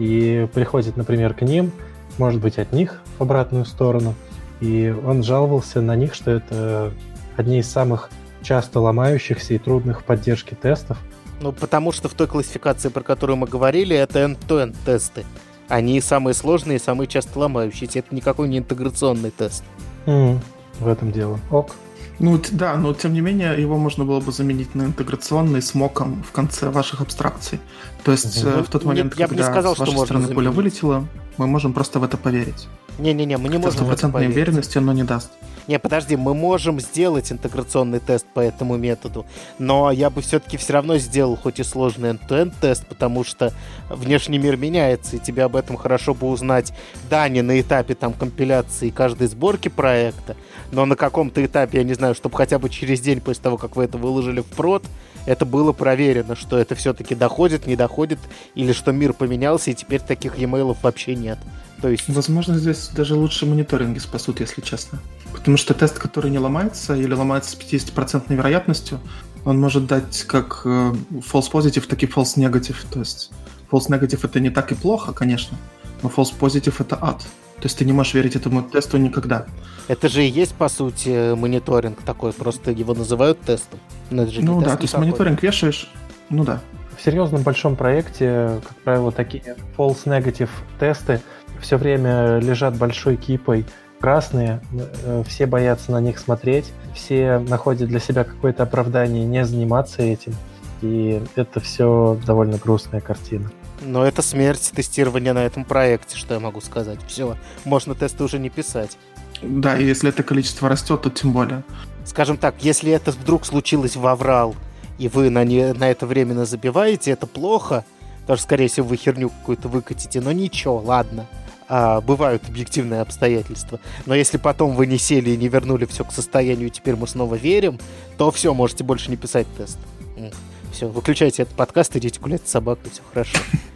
и приходит, например, к ним, может быть, от них в обратную сторону. И он жаловался на них, что это одни из самых часто ломающихся и трудных в поддержке тестов. Ну, потому что в той классификации, про которую мы говорили, это end-to-end тесты. Они самые сложные и самые часто ломающиеся. Это никакой не интеграционный тест. Mm, в этом дело. Ок. Ну да, но тем не менее его можно было бы заменить на интеграционный с моком в конце ваших абстракций. То есть mm-hmm. в тот момент, я когда сказал, с вашей стороны поле вылетело, мы можем просто в это поверить. Не-не-не, мы не можем в это поверить. Стопроцентной уверенности оно не даст. Не, подожди, мы можем сделать интеграционный тест по этому методу, но я бы все-таки все равно сделал хоть и сложный end-to-end тест, потому что внешний мир меняется, и тебе об этом хорошо бы узнать, да, не на этапе там компиляции каждой сборки проекта, но на каком-то этапе, я не знаю, чтобы хотя бы через день после того, как вы это выложили в прод, это было проверено, что это все-таки доходит, не доходит, или что мир поменялся, и теперь таких e-mail'ов вообще нет. То есть... Возможно, здесь даже лучше мониторинги спасут, если честно. Потому что тест, который не ломается или ломается с пятьдесят процентов вероятностью, он может дать как false positive, так и false negative. То есть false negative — это не так и плохо, конечно, но false positive — это ад. То есть ты не можешь верить этому тесту никогда. Это же и есть, по сути, мониторинг такой, просто его называют тестом. Ну да, то никакой. Есть мониторинг вешаешь, ну да. В серьезном большом проекте, как правило, такие false negative тесты все время лежат большой кипой, красные, все боятся на них смотреть, все находят для себя какое-то оправдание не заниматься этим, и это все довольно грустная картина. Но это смерть тестирования на этом проекте, что я могу сказать. Все, можно тесты уже не писать. Да, и если это количество растет, то тем более. Скажем так, если это вдруг случилось в аврал, и вы на, не, на это временно забиваете, это плохо, потому что, скорее всего, вы херню какую-то выкатите, но ничего, ладно. А, бывают объективные обстоятельства. Но если потом вы не сели и не вернули все к состоянию, и теперь мы снова верим, то все, можете больше не писать тест. Все, выключайте этот подкаст, идите гулять с собакой, все хорошо.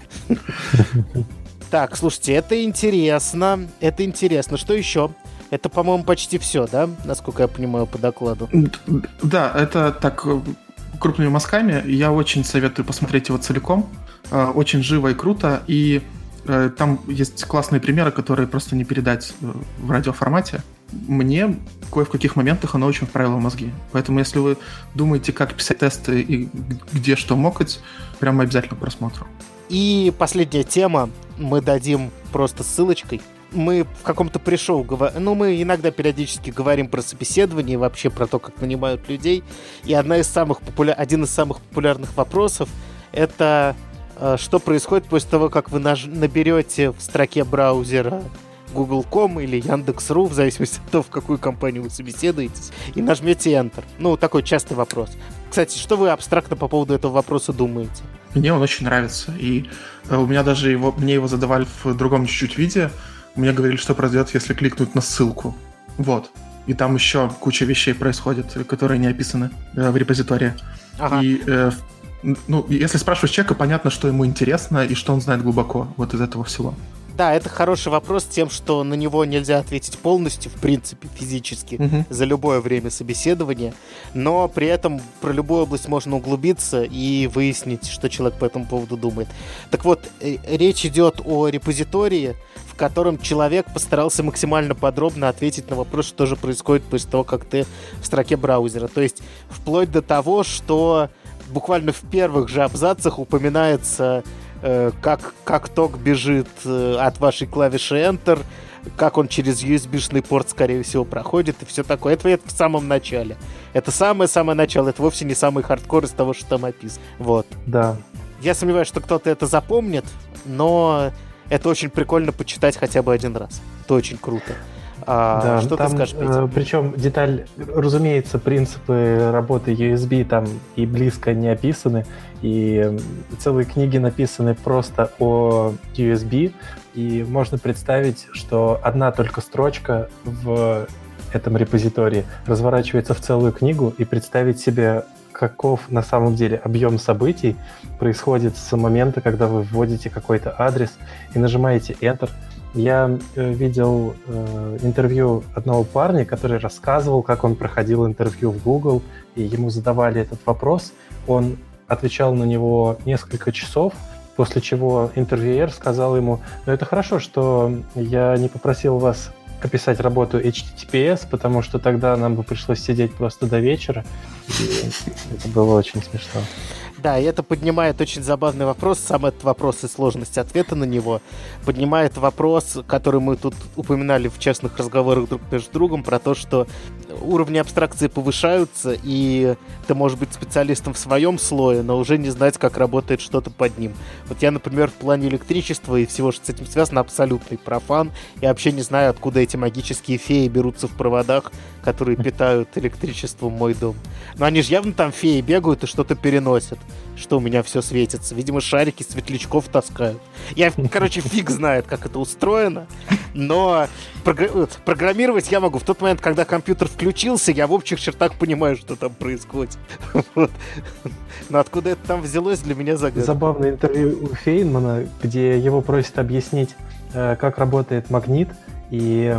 Так, слушайте, это интересно. Это интересно. Что еще? Это, по-моему, почти все, да? Насколько я понимаю по докладу. Да, это так крупными мазками. Я очень советую посмотреть его целиком. Очень живо и круто. И там есть классные примеры, которые просто не передать в радиоформате. Мне кое в каких моментах оно очень вправило мозги. Поэтому если вы думаете, как писать тесты и где что мокать, прямо обязательно к просмотру. И последняя тема. Мы дадим просто ссылочкой. Мы в каком-то пришоу говорим, ну, мы иногда периодически говорим про собеседование и вообще про то, как нанимают людей. И одна из самых популя... один из самых популярных вопросов — это э, что происходит после того, как вы наж... наберете в строке браузера гугл точка ком или яндекс точка ру, в зависимости от того, в какую компанию вы собеседуетесь, и нажмете Enter. Ну, такой частый вопрос. Кстати, что вы абстрактно по поводу этого вопроса думаете? Мне он очень нравится. И у меня даже его, мне его задавали в другом чуть-чуть виде. мне говорили, что произойдет, если кликнуть на ссылку. Вот. И там еще куча вещей происходит, которые не описаны э, в репозитории. Ага. И, э, ну, если спрашиваешь человека, понятно, что ему интересно и что он знает глубоко вот из этого всего. Да, это хороший вопрос тем, что на него нельзя ответить полностью, в принципе, физически, угу. за любое время собеседования, но при этом про любую область можно углубиться и выяснить, что человек по этому поводу думает. Так вот, речь идет о репозитории, в котором человек постарался максимально подробно ответить на вопрос, что же происходит после того, как ты в строке браузера. То есть вплоть до того, что буквально в первых же абзацах упоминается... Как, как ток бежит от вашей клавиши Enter, как он через ю эс би-шный порт, скорее всего, проходит и все такое. Это, это в самом начале. Это самое-самое начало. Это вовсе не самый хардкор из того, что там описано. Вот. Да. Я сомневаюсь, что кто-то это запомнит, но это очень прикольно почитать хотя бы один раз. Это очень круто. А, да, что там, ты скажешь, Петя? Э, причем деталь, разумеется, принципы работы ю эс би там и близко не описаны, и целые книги написаны просто о ю эс би, и можно представить, что одна только строчка в этом репозитории разворачивается в целую книгу, и представить себе, каков на самом деле объем событий происходит с момента, когда вы вводите какой-то адрес и нажимаете Enter. Я э, видел э, интервью одного парня, который рассказывал, как он проходил интервью в Google, и ему задавали этот вопрос. Он отвечал на него несколько часов, после чего интервьюер сказал ему: ну это хорошо, что я не попросил вас описать работу эйч ти ти пи эс, потому что тогда нам бы пришлось сидеть просто до вечера. И это было очень смешно. Да, и это поднимает очень забавный вопрос, сам этот вопрос и сложность ответа на него поднимает вопрос, который мы тут упоминали в частных разговорах друг между другом, про то, что уровни абстракции повышаются, и ты можешь быть специалистом в своем слое, но уже не знать, как работает что-то под ним. Вот я, например, в плане электричества и всего, что с этим связано, абсолютный профан. Я вообще не знаю, откуда эти магические феи берутся в проводах, которые питают электричеством мой дом. Но они же явно там феи бегают и что-то переносят, что у меня все светится. Видимо, шарики светлячков таскают. Я, короче, фиг знает, как это устроено, но прогр... программировать я могу. В тот момент, когда компьютер включился, я в общих чертах понимаю, что там происходит. Вот. Но откуда это там взялось, для меня загадка. Забавное интервью у Фейнмана, где его просят объяснить, как работает магнит, и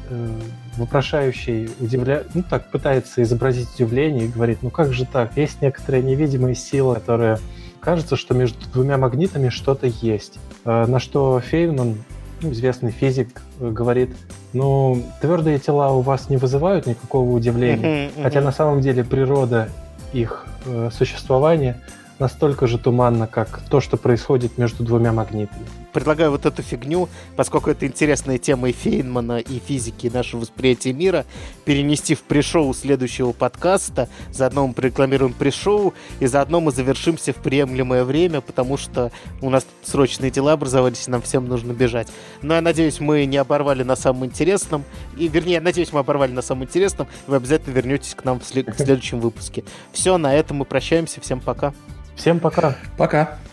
вопрошающий удивля... ну, так, пытается изобразить удивление и говорит: ну как же так? Есть некоторая невидимая сила, которая... Кажется, что между двумя магнитами что-то есть. На что Фейнман, ну, известный физик, говорит: ну, твердые тела у вас не вызывают никакого удивления, uh-huh, uh-huh. хотя на самом деле природа их э, существования настолько же туманна, как то, что происходит между двумя магнитами. Предлагаю вот эту фигню, поскольку это интересная тема и Фейнмана, и физики, и нашего восприятия мира, перенести в пришоу следующего подкаста. Заодно мы прорекламируем пришоу, и заодно мы завершимся в приемлемое время, потому что у нас тут срочные дела образовались, и нам всем нужно бежать. Но я надеюсь, мы не оборвали на самом интересном. И, вернее, я надеюсь, мы оборвали на самом интересном. Вы обязательно вернетесь к нам в, след- в следующем выпуске. Все, на этом мы прощаемся. Всем пока. Всем пока. Пока.